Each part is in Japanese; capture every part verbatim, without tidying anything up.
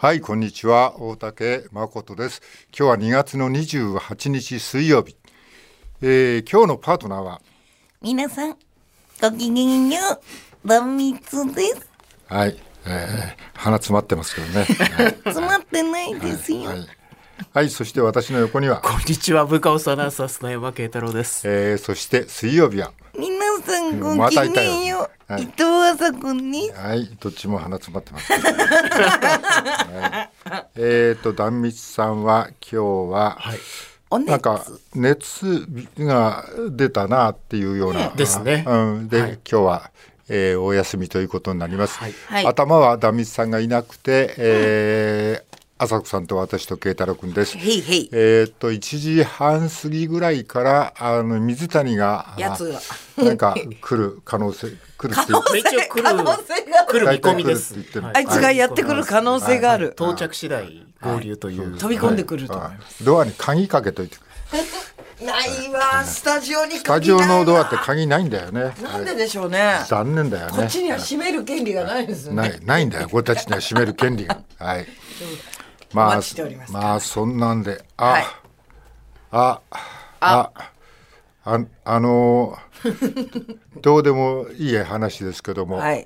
はい、こんにちは。大竹誠です。今日はにがつのにじゅうはちにち水曜日。えー、今日のパートナーは皆さんごきげんよう、壇蜜です。 はい、えー、鼻詰まってますけどね。はい、 詰まってないですよ。 はいはいはい、そして私の横にはこんにちは、部下オスアナウンサー砂山慶太郎です。 えー、そして水曜日は皆さんごまきげたいたよんよう、 はい伊藤麻子です。 はい、どっちも鼻詰まってます、はい、えーと壇蜜さんは今日は、はい、 お熱なんか熱が出たなっていうような、 ね、ですね、 うん、で、はい、今日は、えー、お休みということになります、はい、頭は壇蜜さんがいなくて、えー朝子さんと私と慶太郎くんです。 へいへい。 えー、っといちじはん過ぎぐらいからあの水谷がやつがなんか来る可能性来るって可能性一応来る可能性がある。 来る見込みです。 はい、 あいつがやってくる可能性がある。 はい、到着次第合流という、はい、 飛び込んでくると思います。 ドアに鍵かけといてくれ。ないわ、スタジオに鍵ないわ。 スタジオのドアって鍵ないんだよね。 なんででしょうね。 残念だよね。 こっちには閉める権利がないですよね。 ないないんだよ。俺たちには閉める権利が。はい。まあ、まあそんなんで、あ、はい、あ、あ、あ、あのどうでもいい話ですけども、はい、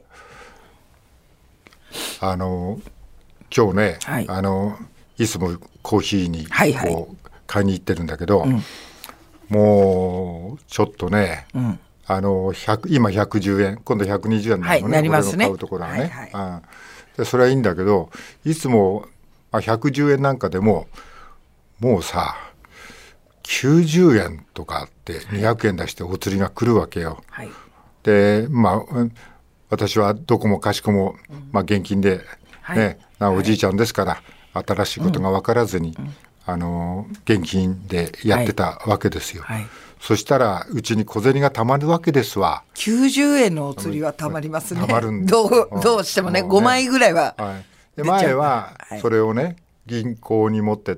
あの今日ね、はい、あのいつもコーヒーにこう、はいはい、買いに行ってるんだけど、うん、もうちょっとね、うん、あの今ひゃくじゅうえん、今度ひゃくにじゅうえんなのね、はい、なりますね、俺の買うところはね、はいはい、でそれはいいんだけど、いつもひゃくじゅうえんなんかでももうさきゅうじゅうえんとかってにひゃくえん出してお釣りが来るわけよ、はい、でまあ私はどこもかしこも、まあ、現金で、ね、はい、なおじいちゃんですから、はい、新しいことが分からずに、うん、あの現金でやってたわけですよ、はいはい、そしたらうちに小銭がたまるわけですわ。 きゅうじゅうえんのお釣りはたまりますね。たまるんどう、どうしてもね、ごまいぐらいは、はい、 で前はそれをね、はい、銀行に持ってって、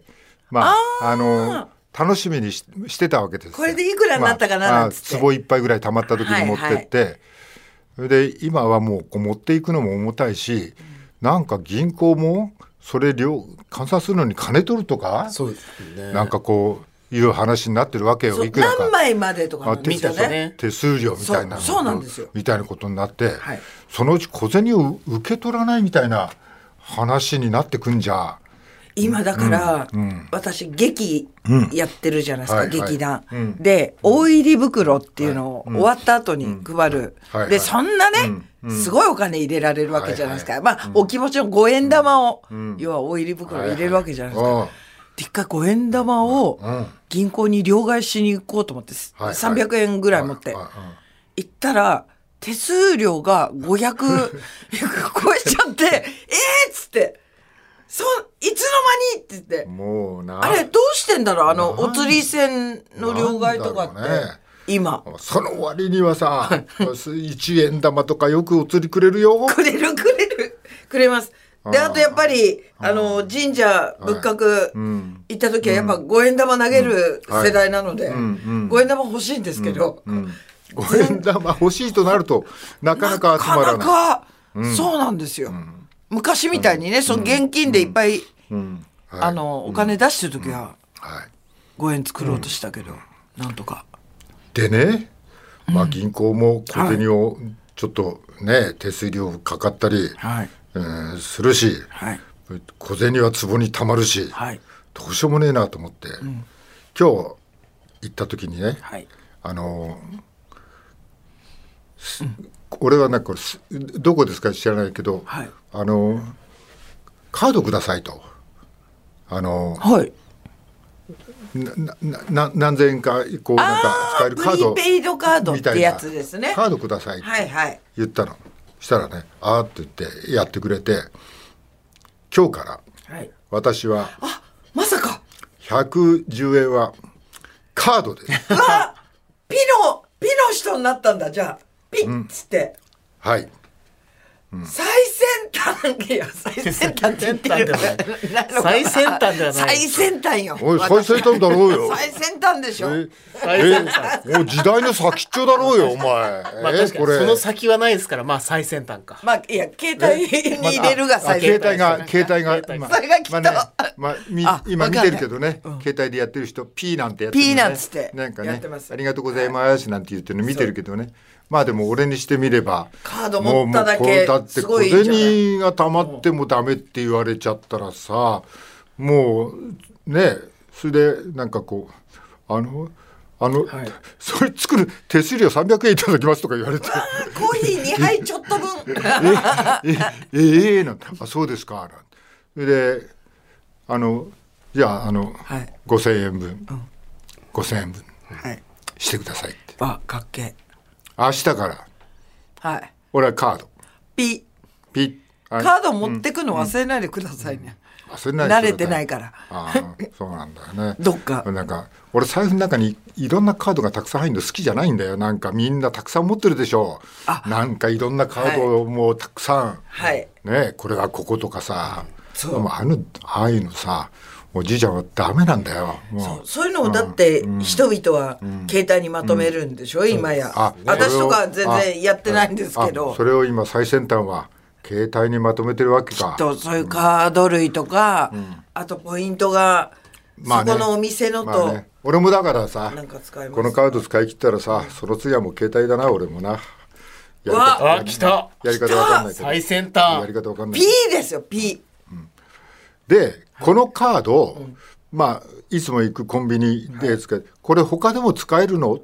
まあ、あ, あの楽しみに し, してたわけですよ。 これでいくらになったかななんつって、 まあ、壺一杯ぐらい貯まった時に持ってって、はいはい、それで今はもうこう持っていくのも重たいし、うん、なんか銀行もそれ量換算するのに金取るとか、そうですね、なんかこういう話になってるわけよ。いくらか何枚までとかなんですよね。 手数料みたいな、 そう、そうなんですよ、 みたいなことになって、はい、そのうち小銭を受け取らないみたいな話になってくんじゃ。 今だから、うんうん、私劇やってるじゃないですか、うん、劇団、はいはい、で、うん、大入り袋っていうのを終わった後に配る、うんうん、でそんなね、うん、すごいお金入れられるわけじゃないですか、はいはい、まあ、うん、お気持ちのごえん玉を、うん、要は大入り袋を入れるわけじゃないですか、はいはい、で一回ごえん玉を銀行に両替しに行こうと思って、はいはい、さんびゃくえんぐらい持って、はいはい、行ったら手数料がごひゃく超えちゃってえーっつってそいつの間にって言って、もうなあれどうしてんだろう、あのお釣り銭の両替とかって、ね、今その割にはさいちえん玉とかよくお釣りくれるよ。 くれるくれるくれます。であとやっぱりあの神社仏閣行った時はやっぱごえん玉投げる世代なので、ごえん玉欲しいんですけど、うんうん、 ごえん玉欲しいとなるとなかなか集まらない。なかなか、 うん、そうなんですよ、うん、昔みたいにね、うん、その現金でいっぱい、うんうんはい、あのお金出してる時はごえん作ろうとしたけど、うん、なんとかでね、まあ、銀行も小銭をちょっとね、はい、手数料かかったり、はいえー、するし、はい、小銭は壺にたまるし、はい、どうしようもねえなと思って、うん、今日行った時にね、はい、あの、うん、俺はなんかどこですか知らないけど、はい、あのカードくださいと、あの、はい、ななな何千円かこうなんか使えるカードプリペイドカードってやつですね。 カードくださいって言ったの、はいはい、したらねあーって言ってやってくれて、今日から、はい、私はあまさかひゃくじゅうえんはカードでうわピのピの人になったんだ。じゃあピッつって、 うん、はい最先端いや最先端って言ってる最先端ではない最先端よ。 おい最先端だろうよ。 最先端でしょ。 最先端もう時代の先っちょだろうよお前。 まあ確かにその先はないですから、まあ最先端か。 まあいや携帯に入れるが最先先端。 携帯が携帯がそれがきっと、 まあねまあ、み今見てるけどね、携帯でやってる人 P なんてやってるね。 P なんつってなんかねやってますありがとうございますなんて言ってるの見てるけどね。まあでも俺にしてみればカード持っただけもうもうこれだって小すごいいいんじゃない銭が溜まってもダメって言われちゃったらさ、もうねそれでなんかこうあのあの、はい、それ作る手数料さんびゃくえんいただきますとか言われてコーヒーにはいちょっと分ええええなんてあそうですかなんてそれであのじゃああの、はい、ごせんえんぶん、うん、ごせんえんぶん、はい、してくださいって。 あかっけえ。 明日からはい俺はカードピピカード持ってくの忘れないでくださいね、 うんうん、忘れない慣れてないから。 あそうなんだよねどっかなんか俺財布の中にいろんなカードがたくさん入るの好きじゃないんだよ。なんかみんなたくさん持ってるでしょ。なんかいろんなカードをもうたくさん、 はい、 ねこれがこことかさ、 そうでもあのああいうのさおじいちゃんはダメなんだよ。もうそう、そういうのをだって人々は携帯にまとめるんでしょ、うん、今や、あ私とか全然やってないんですけど、 それを今最先端は携帯にまとめてるわけか。 きっとそういうカード類とか、うん、あとポイントが、まあね、そこのお店のと、まあね、 俺もだからさなんか使いますこのカード使い切ったらさ、うん、その次はもう携帯だな俺もな。やり方あ来たやり方わかんないけど最先端やり方わかんない P ですよ P、うん、 でこのカード、うん、まあいつも行くコンビニで使う、はい、これ他でも使えるのって、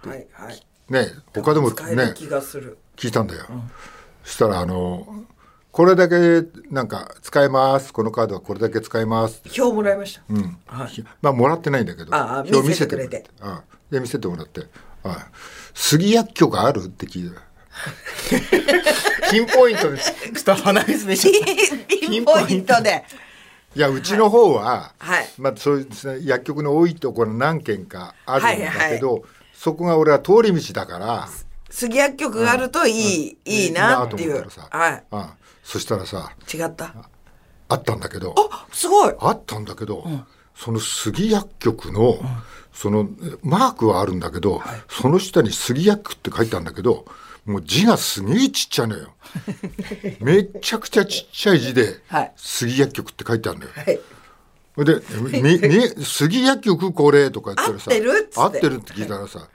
はいはい、ね他でも使える気がする、ね、 聞いたんだよ、うん、そしたらあのこれだけなんか使えますこのカードはこれだけ使えます表もらいました、 うんはい、まあもらってないんだけどああ表見せてくれてああで見せてもらってあ杉薬局あるって聞いたピンポイントですちょっと鼻水でピンポイントでいやうちの方は、 はいまあ、そういうですね薬局の多いところ何軒かあるんだけど、はいはい、そこが俺は通り道だから杉薬局があるといい、うん、いいなっていう、 はい、あそしたらさ違ったあったんだけどあすごいあったんだけど、うん、その杉薬局の、うん、そのマークはあるんだけど、はい、その下に杉薬って書いてあるんだけどもう字がすげえちっちゃいのよめちゃくちゃちっちゃい字で、はい、杉薬局って書いてあるんだよ、はい、でみみ杉薬局これとか言ったらさ合ってるっつって合ってるって聞いたらさ、はい、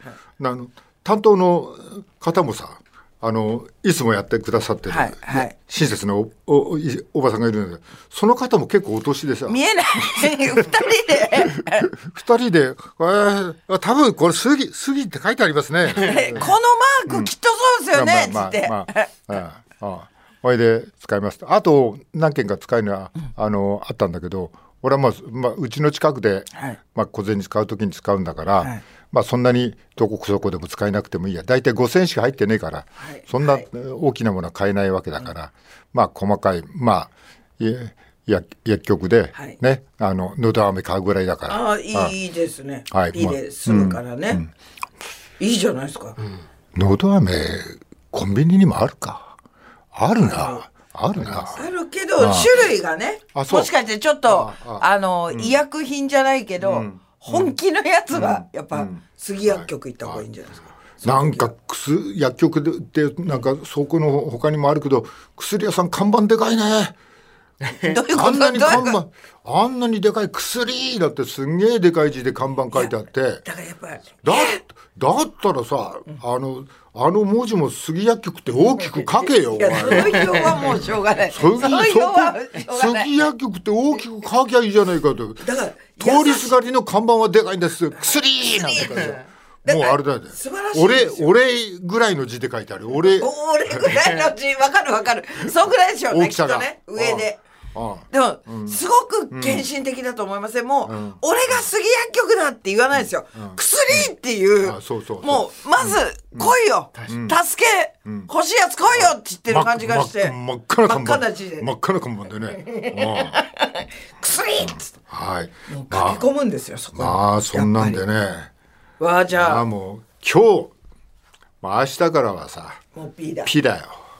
あの担当の方もさあのいつもやってくださってる、はいはい、親切な お, お, おばさんがいるんだけどその方も結構お年でさ見えない二人で二人で、えー、多分これ杉杉って書いてありますねこのマークきっとそうですよね、うん、つって、まあまあまあ、ああこれで使いますとあと何件か使えるのは、うん、あのあったんだけど俺は、まあまあ、うちの近くで、はいまあ、小銭使う時に使うんだから、はいまあ、そんなにどこそこでも使えなくてもいいやだいたいごせんえんしか入ってねえから、はい、そんな大きなものは買えないわけだから、はい、まあ細かいまあ薬局で、はいね、あののど飴買うぐらいだからああいい、ああいいですね、はい、いいで済むからね、うんうん、いいじゃないですか、うん、 のど飴コンビニにもあるかあるなあるなあるけど種類がねもしかしてちょっと あ, あ, あの、うん、医薬品じゃないけど、うん本気のやつはやっぱ杉薬局行った方がいいんじゃないですか、 うんうんはい、なんか薬局でなんかそこの他にもあるけど薬屋さん看板でかいねどういうことあんなに看板あんなにでかい薬だってすんげえでかい字で看板書いてあってだからやっぱりだ, だったらさ、うん、あのあの文字も杉薬局って大きく書けよいやそういうのはもうしょうがないそういうのは杉薬局って大きく書きゃいいじゃないかとだから通りすがりの看板はでかいんです薬なんて書いてあるもうあれだよね俺俺ぐらいの字で書いてある俺俺ぐらいの字分かる分かるそうぐらいでしょうね大きさが、 ね、上でああでも、うん、すごく献身的だと思いません、うん、もう、うん、俺が杉薬局だって言わないですよ、うん、薬っていう、うん、そうそうそうもうまず来いよ、うん、助け、うん、欲しいやつ来いよって言ってる感じがして、 ま、真っ赤な看板真っ赤な字で真っ赤な看板でね薬っつって、 はい、 もう書き込むんですよ、まあ、そこにまあそんなんでねわあじゃあ、 まあ、もう今日、まあ、明日からはさもう P だ P だよ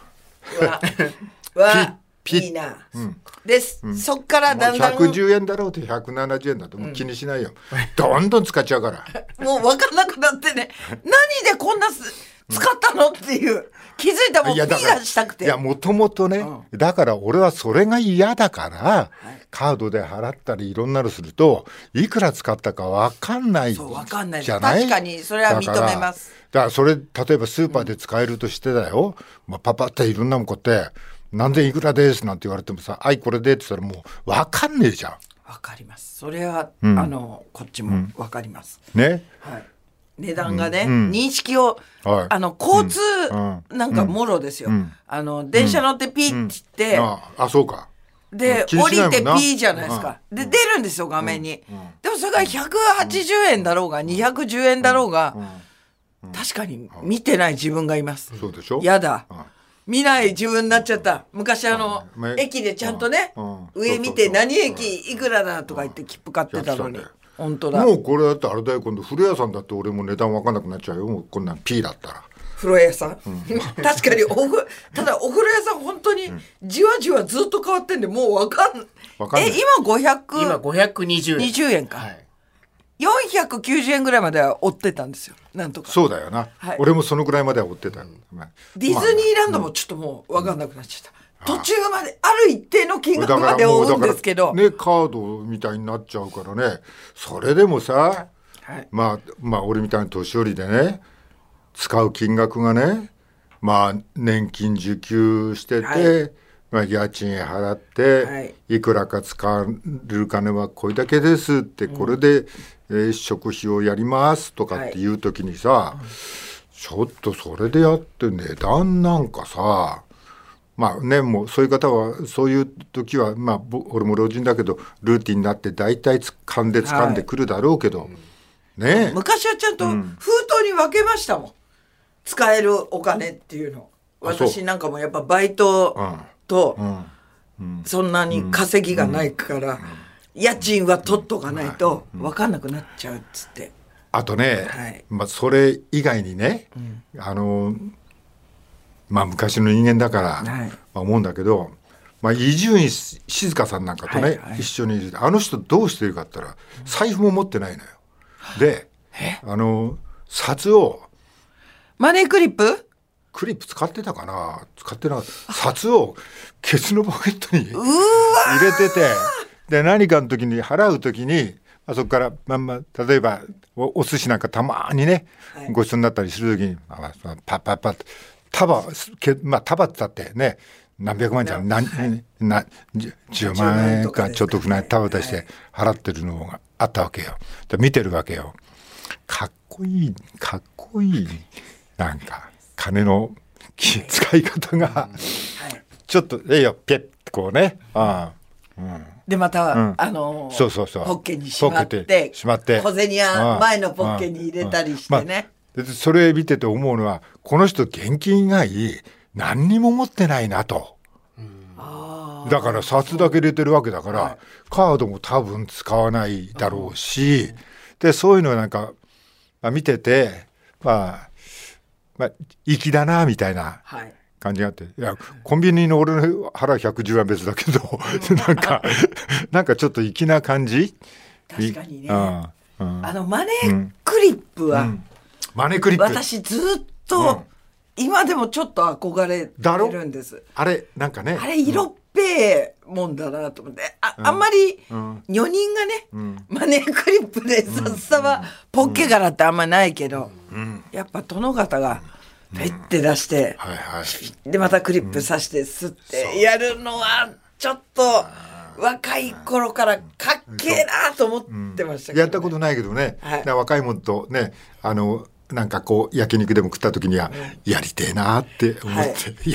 わわいいな、うん、です、うん、そっからだんだんひゃくじゅうえんだろうとひゃくななじゅうえんだともう気にしないよ、うん、どんどん使っちゃうからもう分かんなくなってね何でこんな使ったのっていう気づいたもんピーがしたくていやもともとね、うん、だから俺はそれが嫌だから、はい、カードで払ったりいろんなのするといくら使ったか分かんないじゃない。 そう分かんない確かにそれは認めます。 だからそれ例えばスーパーで使えるとしてだよ、うんまあ、パパっていろんなもんこうやって何千いくらですなんて言われてもさはいこれでって言ったらもう分かんねえじゃん。 分かりますそれは、うん、あのこっちも分かります、 うん、ね、 はい、値段がね、うん、認識を、はい、あの交通、うん、なんかもろですよ、うん、あの電車乗ってピーって言って、 うん、あ, あそうかで降りてピーじゃないですか、うん、で出るんですよ画面に、うんうん、でもそれがひゃくはちじゅうえんだろうがにひゃくじゅうえんだろうが、うんうん、確かに見てない自分がいます。 そうでしょ。 やだ、うん見ない自分になっちゃった。昔あの、うん、駅でちゃんとね、うん、上見て何駅いくらだとか言って切符買ってたのに、本当だ。 もうこれだってあれだよ今度古屋さんだって俺も値段分かんなくなっちゃうよもうこんなん P だったら。 風呂屋さん、うん、確かにおふただお風呂屋さん本当にじわじわずっと変わってんでもう分かんない。分かんない。え今ごひゃく今ごひゃくにじゅうえんにじゅうえんか。はいよんひゃくきゅうじゅうえんぐらいまでは追ってたんですよなんとか。 そうだよな、はい、俺もそのぐらいまでは追ってた、うん、 ディズニーランドもちょっともう分かんなくなっちゃった、うん、途中まである一定の金額まで追うんですけどねカードみたいになっちゃうからねそれでもさ、はい、まあまあ俺みたいな年寄りでね使う金額がねまあ年金受給してて、はいまあ、家賃払って、はい、いくらか使える金はこれだけですって、うん、これで、えー、食費をやりますとかっていう時にさ、はい、ちょっとそれでやって値段なんかさまあねもうそういう方はそういう時はまあ俺も老人だけどルーティンになって大体掴んで掴んでくるだろうけど、はい、ね昔はちゃんと封筒に分けましたもん、うん、使えるお金っていうの私なんかもやっぱバイト、うんとうんうん、そんなに稼ぎがないから、うんうん、家賃は取っとかないと分かんなくなっちゃうっつって。 あとね、はいまあ、それ以外にね、うん、あのまあ昔の人間だから、はいまあ、思うんだけど伊集院静香さんなんかとね、はいはい、一緒にいるあの人どうしてるかって言ったら財布も持ってないのよ。であの札をマネークリップクリップ使ってたかな使ってなかった札をケツのポケットに入れててで何かの時に払う時にあそこからまんま例えば お, お寿司なんかたまにね、はい、ごちそうになったりする時にパッパッパッ束まあ束って言ったってね何百万じゃん何、はい、なじゅうまんえんかちょっとくらい束出して払ってるのがあったわけよ。で見てるわけよ。かっこいいかっこいいなんか金の使い方が、はい、ちょっとええよピェッこうねああ、 うん、でまた、うん、あのー、 そうそうそうポッケにしまってしまって小銭は前のポッケに入れたりしてね、 まあ、それ見てて思うのはこの人現金以外何にも持ってないなと、うん、だから札だけ入れてるわけだから、はい、カードも多分使わないだろうし、うん、でそういうのなんか、まあ、見ててまあまあ、粋だなみたいな感じがあって、はい、いやコンビニの俺の払うひゃくじゅうえんは別だけど、うん、なんかなんかちょっと粋な感じ。 確かにね、うんうん、あのマネークリップは、うん、 マネークリップ私ずっと、うん、今でもちょっと憧れてるんです。 あれなんかねあれ色っぺえもんだなと思って あ,、うん、あんまり女人がね、うん、マネークリップで札束はポッケ柄ってあんまないけど、うん、やっぱ殿方がペッて出して、うんはいはい、でまたクリップ刺してスッてやるのはちょっと若い頃からかっけえなと思ってましたけど、ね、 やったことないけどね、はい、若いもんとねあのなんかこう焼肉でも食った時にはやりてえなって思って、はい、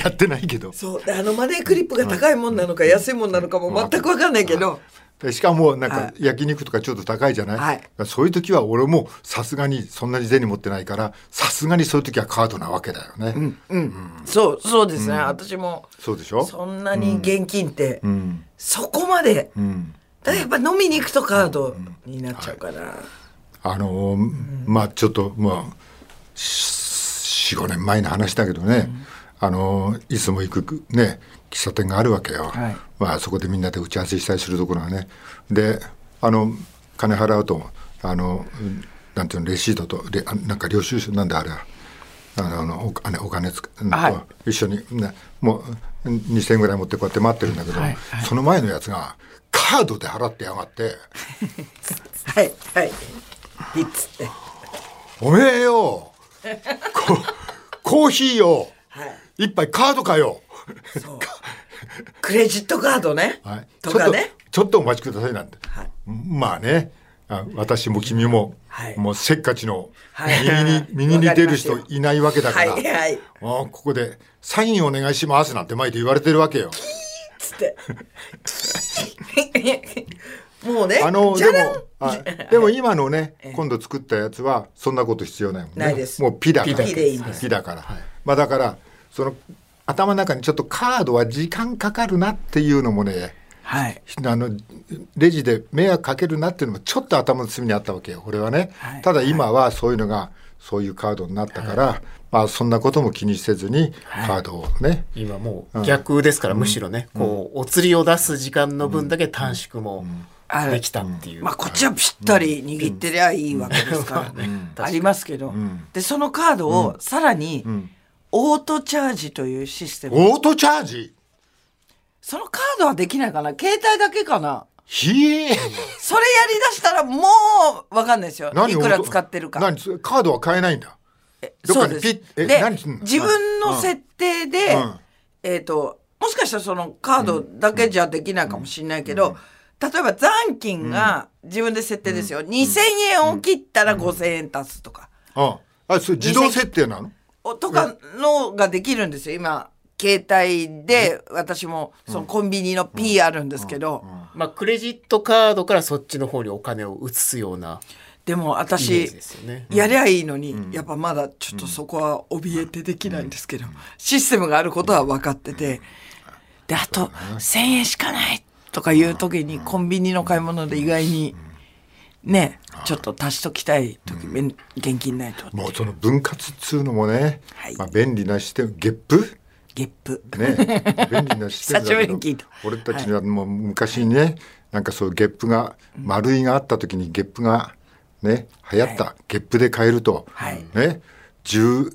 やってないけどそうあのマネークリップが高いもんなのか安いもんなのかも全く分かんないけどしかもなんか焼肉とかちょっと高いじゃない、はい、そういう時は俺もさすがにそんなに銭持ってないからさすがにそういう時はカードなわけだよね、うんうんうん、そうそうですね、うん、私もそうでしょそんなに現金って、うん、そこまで、うん、だからやっぱ飲みに行くとカードになっちゃうかな、うんはい、 あのー、まあちょっとまあよん、ごねんまえの話だけどね、 あのいつも行くね喫茶店があるわけよ、 はい、 まあ、そこでみんなで打ち合わせしたりするところがね、であの金払うとあのなんていうのレシートとレなんか領収書なんであれあの お, お, お金つく、はい、一緒に、ね、もうにせんえんぐらい持ってこうやって待ってるんだけど、はいはい、その前のやつがカードで払ってやがってはいはいピッツっておめえよコーヒーよ、はい、一杯カードかよそうクレジットカードね、はい、とかねちょっと、ちょっとお待ちくださいなんて、はい、まあねあ私も君も、はい、もうせっかちの右に、はい、右に出る人いないわけだから、はいはい、ここでサインお願いしますなんて前で言われてるわけよつってもうねあのでもあでも今のね今度作ったやつはそんなこと必要ないもんね。 ないです。 もうピだからピでいいんです。 ピだから、はい、まあだからその頭の中にちょっとカードは時間かかるなっていうのもね、はい、あのレジで迷惑かけるなっていうのもちょっと頭の隅にあったわけよ俺はね、はい、ただ今はそういうのがそういうカードになったから、はい、まあそんなことも気にせずにカードをね、はい、 今もう逆ですから、うん、むしろね、こうお釣りを出す時間の分だけ短縮も、うんうんできたっていう、 まあ、こっちはぴったり握ってりゃいいわけですから、うん、ありますけど、うん、でそのカードをさらにオートチャージというシステム、 オートチャージそのカードはできないかな携帯だけかなひえそれやりだしたらもう分かんないですよいくら使ってるか。 何カードは買えないんだ。 えそうですえで何自分の設定で、うん、えーともしかしたらそのカードだけじゃできないかもしれないけど、うんうん例えば残金が自分で設定ですよ、うん、にせんえんを切ったらごせんえん足すとか、 うんうん、ああそれ自動設定なのとかのができるんですよ今携帯で。私もそのコンビニの P あるんですけど、うんうんうんまあ、クレジットカードからそっちの方にお金を移すようなでも私、ねうん、やりゃいいのに、うん、やっぱまだちょっとそこは怯えてできないんですけど、うん、システムがあることは分かっててであとせんえんしかないとかいう時にコンビニの買い物で意外にねちょっと足しときたい時、うん、現金ないともうその分割っつうのもね、はいまあ、便利なシステムゲップゲップね便利なシステムだけど俺たちはもう昔にね、はい、なんかそうゲップが丸いがあった時にゲップがね流行った、はい、ゲップで買えると、はい、ね 10,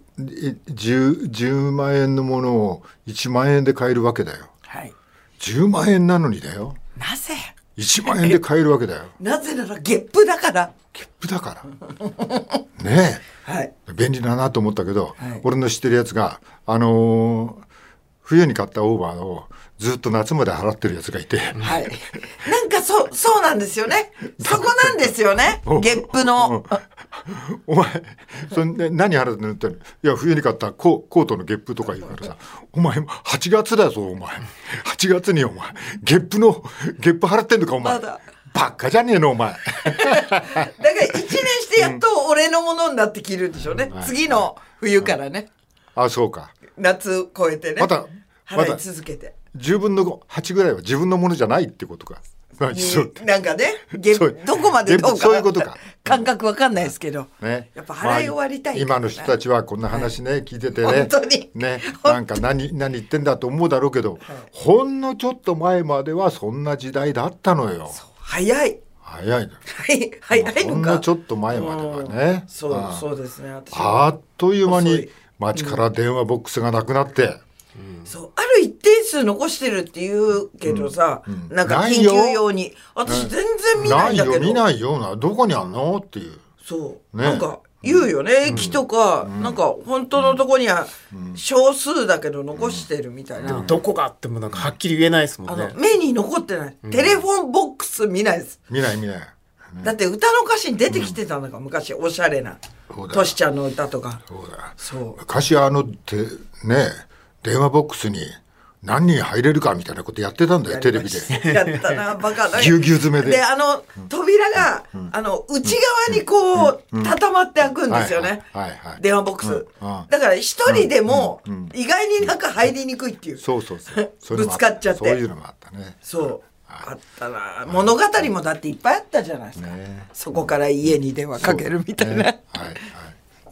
10, 10万円のものをいちまんえんで買えるわけだよ、はいじゅうまんえんなのにだよ。 なぜいちまんえんで買えるわけだよ。 なぜならゲップだからゲップだからねえ、はい、便利だなと思ったけど、はい、俺の知ってるやつがあのー、冬に買ったオーバーをずっと夏まで払ってるやつがいて、 はい、なんかそそうなんですよねそこなんですよねゲップのお前そんで何払ってんのっていや冬に買ったコ、コートのゲップとか言うからさお前はちがつだぞお前はちがつにお前ゲップのゲップ払ってんのかお前、まだバカじゃねえのお前だからいちねんしてやっと俺のものになって着るんでしょうね、うん、次の冬からね、 うん、あそうか夏超えてねまた払い続けてじゅうぶんのはちぐらいは自分のものじゃないってことかなんかねゲどこまでどうかそういうことか感覚わかんないですけど、ね、やっぱ払い終わりたい、 まあ、今の人たちはこんな話ね、はい、聞いててね本当にねなんか 何, 何言ってんだと思うだろうけど、はい、ほんのちょっと前まではそんな時代だったのよ。 早い早いの早いのかほんのちょっと前まではねそう、そうですね私あっという間に街から電話ボックスがなくなって、 うん、そうある一定数残してるって言うけどさ、うんうん、なんか緊急用に私全然見ないんだけど、 ないよ見ないよなどこにあんのっていうそう、ね、なんか言うよね、うん、駅とか、うん、なんか本当のとこには少数だけど残してるみたいな、うん、 でもどこがあってもなんかはっきり言えないですもんね。 あの目に残ってない、うん、テレフォンボックス見ないです。 見ない見ない、ね、 だって歌の歌詞に出てきてたんだから、うん、昔おしゃれなトシちゃんの歌とかそうだそう昔あのてね電話ボックスに何人入れるかみたいなことやってたんだよテレビでやったなバカだぎゅうぎゅう詰めでであの扉が、うん、あの内側にこう、うん、固まって開くんですよね、はいはいはい、電話ボックス、うん、だから一人でも意外になんか入りにくいっていう、 そうそうそうぶつかっちゃってそういうのもあったねそうあったな物語もだっていっぱいあったじゃないですか、ね、そこから家に電話かけるみたいな、ねねはいはい、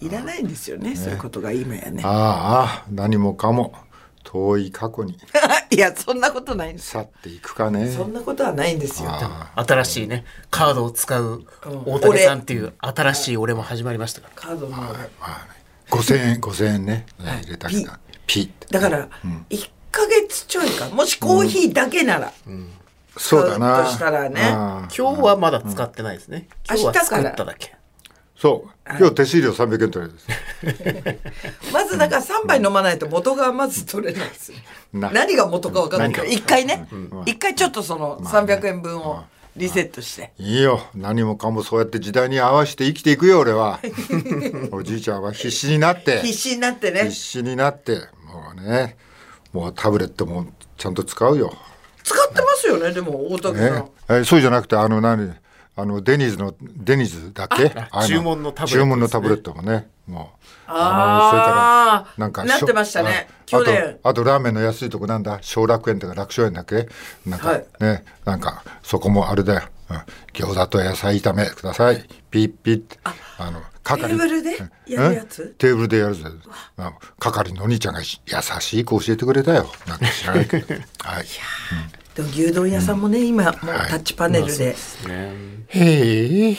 いらないんですよ ね, ねそういうことが今やね。 ああ何もかも遠い過去にいやそんなことないんです去っていくかね。 そんなことはないんですよ。 新しいねカードを使う大竹さんっていう新しい俺も始まりましたから。 カードの、まあまあね、ごせんえんごせんえんね、はい、入れたけどピッてだからいっかげつちょいかもしコーヒーだけなら、うんうん、 そうだな。 としたらね。 今日はまだ使ってないですね、うん、今日は作っただけ。 そう今日手数料さんびゃくえん取れるですまずだからさんばい飲まないと元がまず取れないですよ、うん、何が元か分からないからいっかいね、いっかいちょっとそのさんびゃくえんぶんをリセットして、まあまあ、いいよ何もかもそうやって時代に合わせて生きていくよ俺はおじいちゃんは必死になって必死になってね必死になってもうねもうタブレットもちゃんと使うよ。 使ってますよね、ねでも大竹さん、ねえそうじゃなくてあの何あのデニーズのデニーズだっけ注文のタブレット、ね、 注文のタブレットもねもうああそれからなんかなってましたね去年。 あ と, あとラーメンの安いとこなんだ小楽園とか楽勝園だっけなんか、はい、ねなんかそこもあれだよ、うん、餃子と野菜炒めくださいピッピッああのテーブルでやるやつテーブルでやるぜ係のお兄ちゃんが優しい子教えてくれたよなんか知らないけどはい、いや、 うんでも牛丼屋さんもね、うん、今もうタッチパネルで、はいね、 へ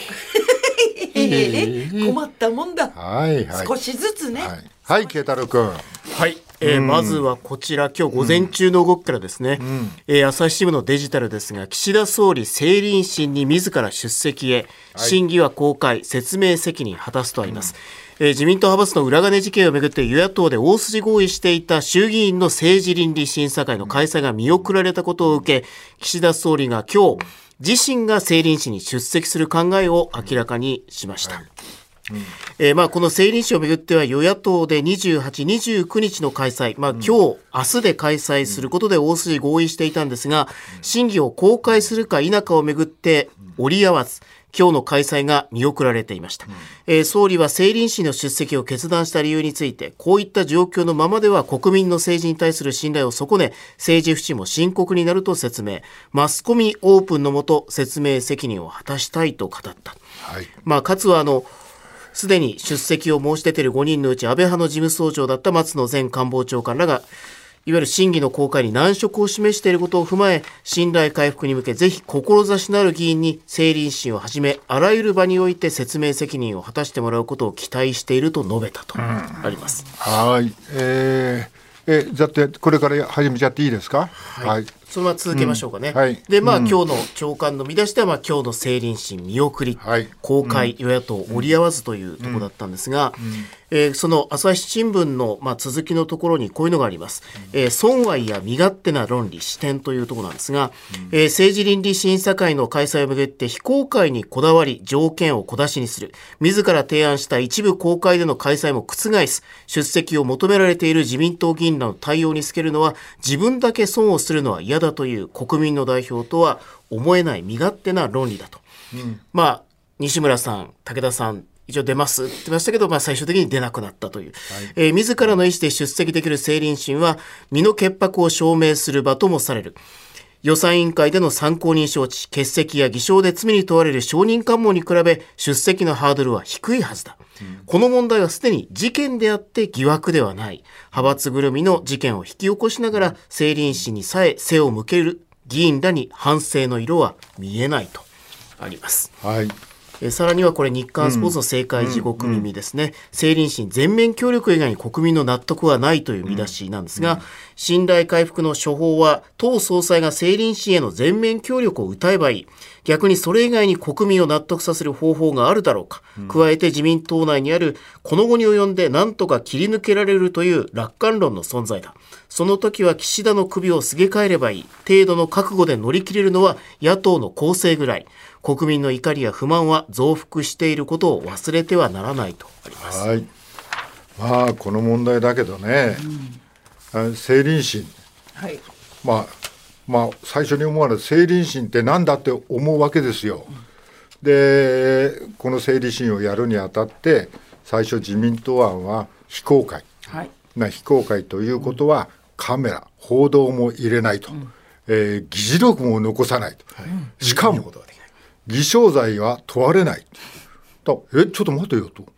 え困ったもんだ、 はいはい、 少しずつねはい慶太郎君はい、えーうん、まずはこちら今日午前中の動きからですね、うんえー、朝日新聞のデジタルですが岸田総理政倫審に自ら出席へ、はい、審議は公開説明責任果たすとあります、うんえー、自民党派閥の裏金事件をめぐって与野党で大筋合意していた衆議院の政治倫理審査会の開催が見送られたことを受け岸田総理が今日自身が政倫審に出席する考えを明らかにしました、はいうんえーまあ、この政倫審をめぐっては与野党でにじゅうはち、にじゅうくにちの開催、まあ、今日、明日で開催することで大筋合意していたんですが審議を公開するか否かをめぐって折り合わず今日の開催が見送られていました、うんえー、総理は政倫審の出席を決断した理由についてこういった状況のままでは国民の政治に対する信頼を損ね政治不信も深刻になると説明マスコミオープンのもと説明責任を果たしたいと語った、はいまあ、かつはあのすでに出席を申し出ているごにんのうち安倍派の事務総長だった松野前官房長官らがいわゆる審議の公開に難色を示していることを踏まえ信頼回復に向けぜひ志のある議員に政倫審をはじめあらゆる場において説明責任を果たしてもらうことを期待していると述べたとあります、 うん、はい、えー、えだってこれから始めちゃっていいですか。 はい、はいそのまま続けましょうかね、 うんはい、 でまあ、うん、今日の長官の見出しでは、まあ、今日の政倫審見送り、はい、公開、うん、与野党折り合わずというところだったんですが、うんえー、その朝日新聞の、まあ、続きのところにこういうのがあります、うんえー、損害や身勝手な論理視点というところなんですが、うんえー、政治倫理審査会の開催をめぐって非公開にこだわり条件を小出しにする自ら提案した一部公開での開催も覆す出席を求められている自民党議員らの対応につけるのは自分だけ損をするのは嫌だという国民の代表とは思えない身勝手な論理だと、うん、まあ西村さん武田さん一応出ますって言ってましたけど、まあ、最終的に出なくなったという、はいえー、自らの意思で出席できる政倫審は身の潔白を証明する場ともされる予算委員会での参考人招致欠席や偽証で罪に問われる証人喚問に比べ出席のハードルは低いはずだ、うん、この問題はすでに事件であって疑惑ではない派閥ぐるみの事件を引き起こしながら政倫審にさえ背を向ける議員らに反省の色は見えないとあります、 はいえさらにはこれ日刊スポーツの政界地獄耳ですね、うんうん、政倫審全面協力以外に国民の納得はないという見出しなんですが、うんうん、信頼回復の処方は党総裁が政倫審への全面協力を謳えばいい逆にそれ以外に国民を納得させる方法があるだろうか、うん、加えて自民党内にあるこの後に及んで何とか切り抜けられるという楽観論の存在だその時は岸田の首をすげ替えればいい程度の覚悟で乗り切れるのは野党の構成ぐらい国民の怒りや不満は増幅していることを忘れてはならないとあります。 はい、まあこの問題だけどね、うん、政倫審、はい、まあまあ最初に思われる政倫審って何だって思うわけですよ、うん、でこの政倫審をやるにあたって最初自民党案は非公開、はい、な非公開ということはカメラ報道も入れないと、うんえー、議事録も残さないと、はい、しかも偽証罪は問われないとえちょっと待てよと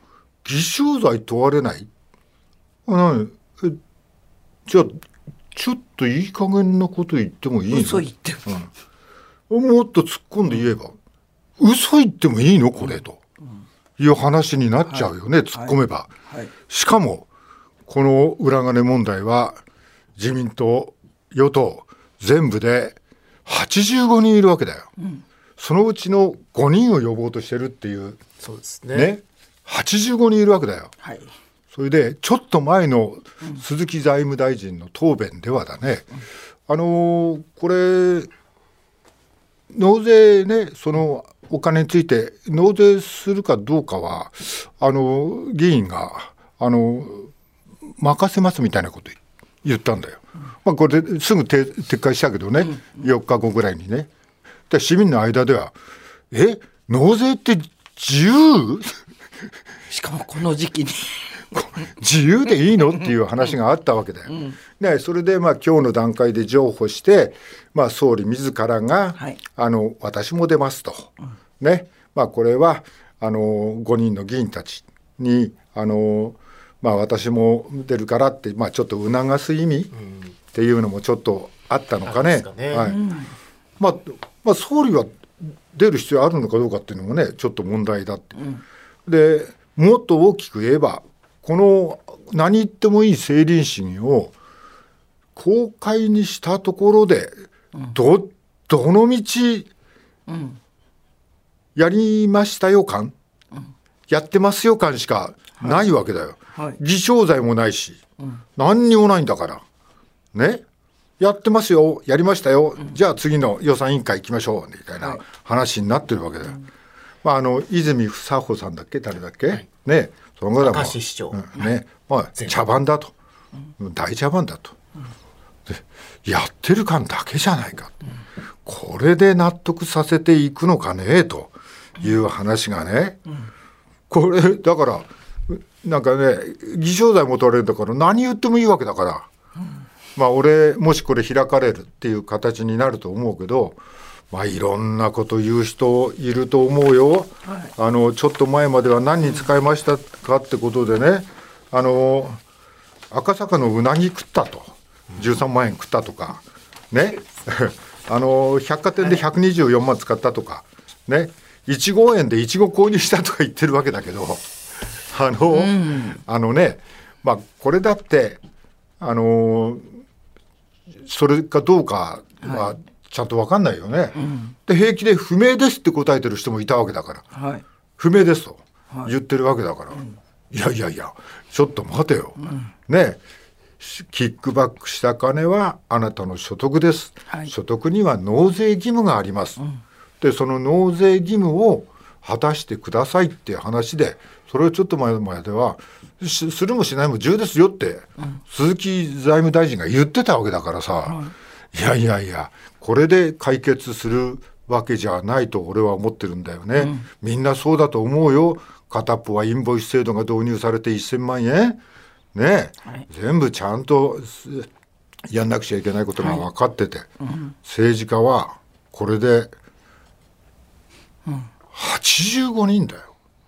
偽証罪問われない。何えじゃあちょっといい加減なこと言ってもいいの？ 嘘言っても、 うん、もっと突っ込んで言えば、嘘言ってもいいのこれ、うん、という話になっちゃうよね、はい、突っ込めば、はいはい、しかもこの裏金問題は自民党与党全部ではちじゅうごにんいるわけだよ、うん、そのうちのごにんを呼ぼうとしてるっていう、 そうですね、 ね、はちじゅうごにんいるわけだよ、はい、それでちょっと前の鈴木財務大臣の答弁ではだね、うん、あのー、これ納税ね、そのお金について納税するかどうかはあの議員があの任せますみたいなこと言ったんだよ、うん、まあ、これですぐ撤回したけどね、うん、よっかごぐらいにね。で市民の間ではえ納税って自由しかもこの時期に自由でいいのっていう話があったわけだよ、うん、でそれでまあ今日の段階で譲歩して、まあ、総理自らが、はい、あの私も出ますと、うんね、まあ、これはあのごにんの議員たちにあの、まあ、私も出るからって、まあ、ちょっと促す意味っていうのもちょっとあったのかね、はい、まあまあ、総理は出る必要あるのかどうかっていうのもねちょっと問題だって、うん、でもっと大きく言えばこの何言ってもいい政倫審を公開にしたところで ど, どの道、うんやりましたよ感、うん、やってますよ感しかないわけだよ、はいはい、偽証罪もないし、うん、何にもないんだからね、やってますよやりましたよ、うん、じゃあ次の予算委員会行きましょうみたいな話になってるわけだよ、はい、まあ、あの泉房穂さんだっけ誰だっけ、はい、ね、そのぐらいも、 市長、 うん、ね、まあ、茶番だと、うん、大茶番だと、うん、でやってる感だけじゃないか、うん、これで納得させていくのかねという話がね、うん、これだからなんかね偽証罪も取れるんだから何言ってもいいわけだから、うん、まあ俺もしこれ開かれるっていう形になると思うけど、まあいろんなこと言う人いると思うよ、はい、あのちょっと前までは何に使いましたかってことでね、あの赤坂のうなぎ食ったとじゅうさんまんえん食ったとかねあの百貨店でひゃくにじゅうよんまん使ったとかね、いちごえんでいちご購入したとか言ってるわけだけど、あの、うん、あのね、まあこれだってあのそれかどうかはちゃんと分かんないよね、はい、で平気で不明ですって答えてる人もいたわけだから、はい、不明ですと言ってるわけだから、はい、いやいやいやちょっと待てよ、うん、ね、キックバックした金はあなたの所得です、はい、所得には納税義務があります、うん、でその納税義務を果たしてくださいっていう話で、それをちょっと前まではするもしないも自由ですよって、うん、鈴木財務大臣が言ってたわけだからさ、はい、いやいやいやこれで解決するわけじゃないと俺は思ってるんだよね、うん、みんなそうだと思うよ。片っぽはインボイス制度が導入されてせんまんえんね、はい、全部ちゃんとやんなくちゃいけないことが分かってて、はい、うん、政治家はこれではちじゅうごにんだよ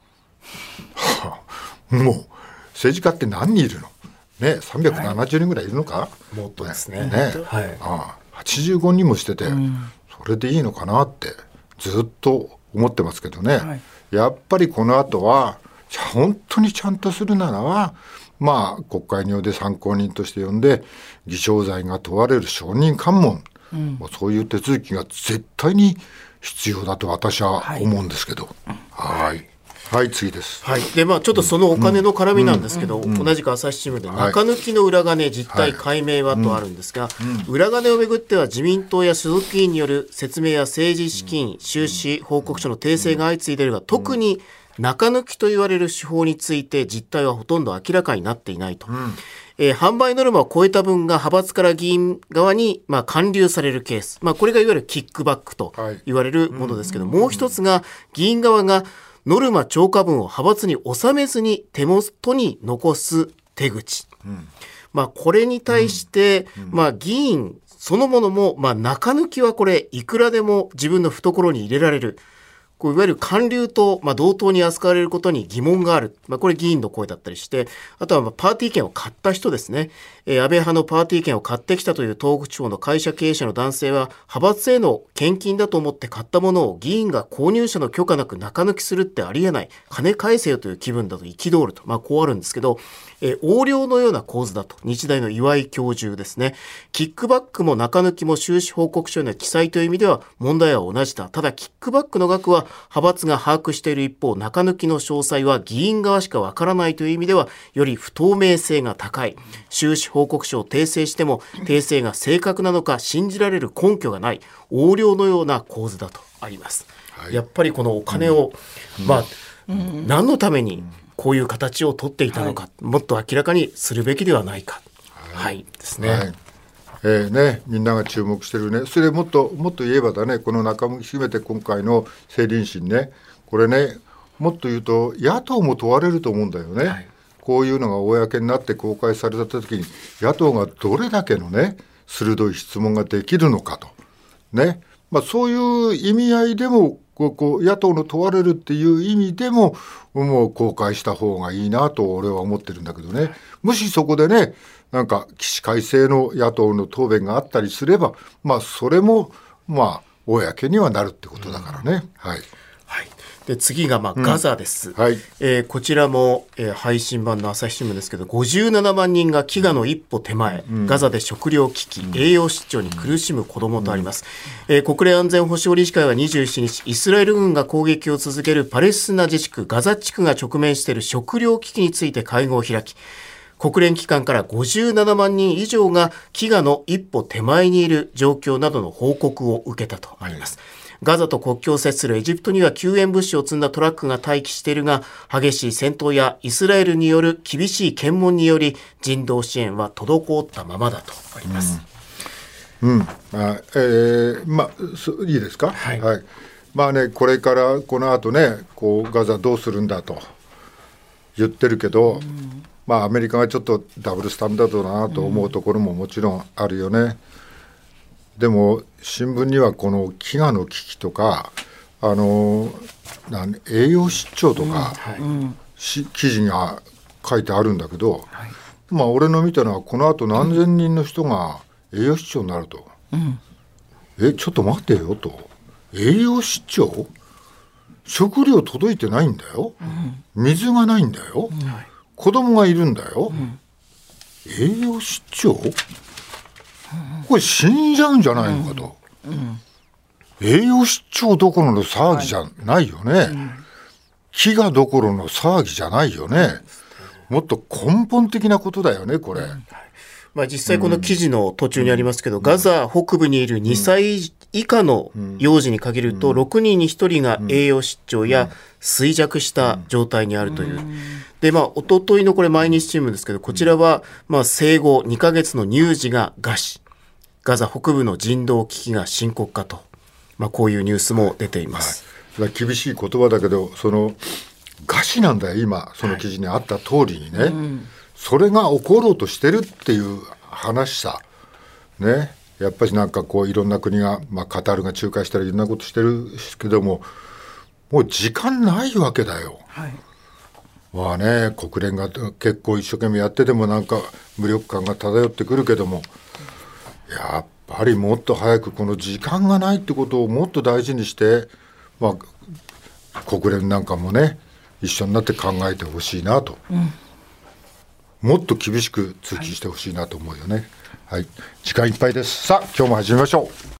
もう政治家って何人いるのね、さんびゃくななじゅうにんぐらいいるのか、はい、 もっとですね、 ね、はい、ああはちじゅうごにんもしてて、うん、それでいいのかなってずっと思ってますけどね、はい、やっぱりこの後は本当にちゃんとするならば、まあ国会に呼んで参考人として呼んで偽証罪が問われる証人喚問、うん、そういう手続きが絶対に必要だと私は思うんですけど、はい、はい、はい、次です、 はい、でまあ、ちょっとそのお金の絡みなんですけど、うんうん、同じく朝日新聞で中抜きの裏金実態解明はとあるんですが、はいうん、裏金をめぐっては自民党や所属議員による説明や政治資金収支報告書の訂正が相次いでいるが、特に中抜きと言われる手法について実態はほとんど明らかになっていないと、うんえー、販売ノルマを超えた分が派閥から議員側に、まあ、還流されるケース、まあ、これがいわゆるキックバックと言われるものですけど、はい、もう一つが議員側がノルマ超過分を派閥に収めずに手元に残す手口、うんまあ、これに対して、うんまあ、議員そのものも、まあ、中抜きはこれいくらでも自分の懐に入れられる、 こういわゆる官僚と、まあ、同等に扱われることに疑問がある、まあ、これ議員の声だったりして、あとはまあパーティー券を買った人ですね、えー、安倍派のパーティー券を買ってきたという東北地方の会社経営者の男性は、派閥への献金だと思って買ったものを議員が購入者の許可なく中抜きするってありえない、金返せよという気分だと憤ると、まあ、こうあるんですけど、えー、横領のような構図だと日大の岩井教授ですね、キックバックも中抜きも収支報告書への記載という意味では問題は同じだ。ただキックバックの額は派閥が把握している一方、中抜きの詳細は議員側しかわからないという意味ではより不透明性が高い。収支報告書を訂正しても訂正が正確なのか信じられる根拠がない横領のような構図だとあります、はい、やっぱりこのお金を、うん、まあ、うん、何のためにこういう形を取っていたのか、はい、もっと明らかにするべきではないか、はい、はい、ですね、はい、 えーね、みんなが注目してるね。それもっともっと言えばだね、この中身含めて今回の政倫審ね、これね、もっと言うと野党も問われると思うんだよね、はい、こういうのが公になって公開された時に野党がどれだけのね鋭い質問ができるのかとね、まあ、そういう意味合いでもこうこう野党の問われるっていう意味でももう公開した方がいいなと俺は思ってるんだけどね。もしそこでねなんか起死回生の野党の答弁があったりすれば、まあそれもまあ公にはなるってことだからね、うん、はい、 はい、で次がまあガザです、うん、 はい、 えー、こちらも、えー、配信版の朝日新聞ですけどごじゅうななまんにんが飢餓の一歩手前、うん、ガザで食糧危機、うん、栄養失調に苦しむ子どもとあります、うん、えー、国連安全保障理事会はにじゅうしちにちイスラエル軍が攻撃を続けるパレスチナ自治区ガザ地区が直面している食糧危機について会合を開き、国連機関からごじゅうななまんにん以上が飢餓の一歩手前にいる状況などの報告を受けたとあります。ガザと国境を接するエジプトには救援物資を積んだトラックが待機しているが、激しい戦闘やイスラエルによる厳しい検問により人道支援は滞ったままだとあります。 うん、うん、あえー、まあいいですか、はい、はい、まあね、これからこの後ねこうガザどうするんだと言ってるけど、うん、まあアメリカがちょっとダブルスタンダードだなと思うところももちろんあるよね、うん、でも新聞にはこの飢餓の危機とかあのなん栄養失調とか、うん、はい、し記事が書いてあるんだけど、はい、まあ俺の見たのはこの後何千人の人が栄養失調になると、うん、えちょっと待ってよと、栄養失調、食料届いてないんだよ、うん、水がないんだよ、うん、子供がいるんだよ、うん、栄養失調、これ死んじゃうんじゃないのかと、うんうん、栄養失調どころの騒ぎじゃないよね、はい、うん、飢餓どころの騒ぎじゃないよね、もっと根本的なことだよねこれ、うん、 まあ、実際この記事の途中にありますけど、うん、ガザ北部にいるにさい以下の幼児に限るとろくにんにひとりが栄養失調や衰弱した状態にあるという、うん、でまあ一昨日のこれ毎日新聞ですけど、こちらはまあ生後にかげつの乳児が餓死、ガザ北部の人道危機が深刻化と、まあ、こういうニュースも出ています、 はい、厳しい言葉だけどその餓死なんだよ今その記事にあった通りにね、はい、うん、それが起ころうとしてるっていう話さね、やっぱりなんかこういろんな国が、まあ、カタールが仲介したりいろんなことしてるけどももう時間ないわけだよ、はい、まあね国連が結構一生懸命やっててもなんか無力感が漂ってくるけども、やっぱりもっと早くこの時間がないってことをもっと大事にして、まあ、国連なんかもね一緒になって考えてほしいなと、うん、もっと厳しく追及してほしいなと思うよね、はいはい、時間いっぱいです。さあ今日も始めましょう。